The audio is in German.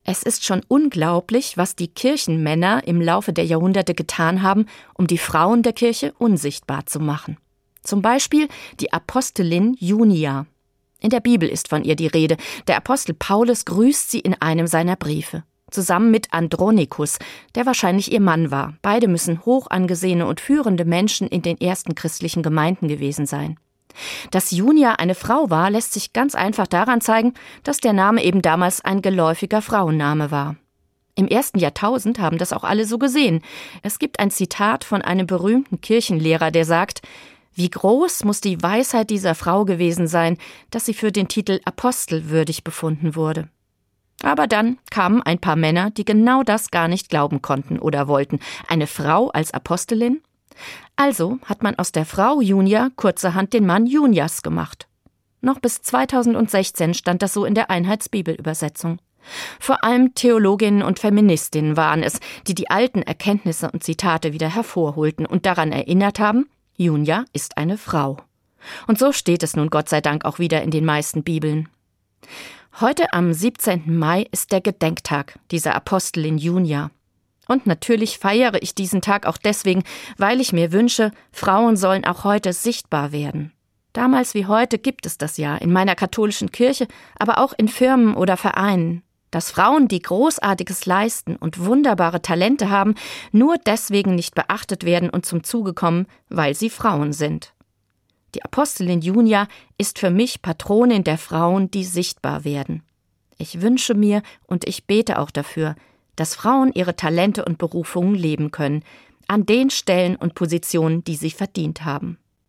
Es ist schon unglaublich, was die Kirchenmänner im Laufe der Jahrhunderte getan haben, um die Frauen der Kirche unsichtbar zu machen. Zum Beispiel die Apostelin Junia. In der Bibel ist von ihr die Rede. Der Apostel Paulus grüßt sie in einem seiner Briefe. Zusammen mit Andronikus, der wahrscheinlich ihr Mann war. Beide müssen hoch angesehene und führende Menschen in den ersten christlichen Gemeinden gewesen sein. Dass Junia eine Frau war, lässt sich ganz einfach daran zeigen, dass der Name eben damals ein geläufiger Frauenname war. Im 1. Jahrtausend haben das auch alle so gesehen. Es gibt ein Zitat von einem berühmten Kirchenlehrer, der sagt: Wie groß muss die Weisheit dieser Frau gewesen sein, dass sie für den Titel Apostel würdig befunden wurde. Aber dann kamen ein paar Männer, die genau das gar nicht glauben konnten oder wollten. Eine Frau als Apostelin? Also hat man aus der Frau Junia kurzerhand den Mann Junias gemacht. Noch bis 2016 stand das so in der Einheitsbibelübersetzung. Vor allem Theologinnen und Feministinnen waren es, die die alten Erkenntnisse und Zitate wieder hervorholten und daran erinnert haben, Junia ist eine Frau. Und so steht es nun Gott sei Dank auch wieder in den meisten Bibeln. Heute am 17. Mai ist der Gedenktag dieser Apostelin Junia. Und natürlich feiere ich diesen Tag auch deswegen, weil ich mir wünsche, Frauen sollen auch heute sichtbar werden. Damals wie heute gibt es das ja in meiner katholischen Kirche, aber auch in Firmen oder Vereinen. Dass Frauen, die Großartiges leisten und wunderbare Talente haben, nur deswegen nicht beachtet werden und zum Zuge kommen, weil sie Frauen sind. Die Apostelin Junia ist für mich Patronin der Frauen, die sichtbar werden. Ich wünsche mir und ich bete auch dafür, dass Frauen ihre Talente und Berufungen leben können, an den Stellen und Positionen, die sie verdient haben.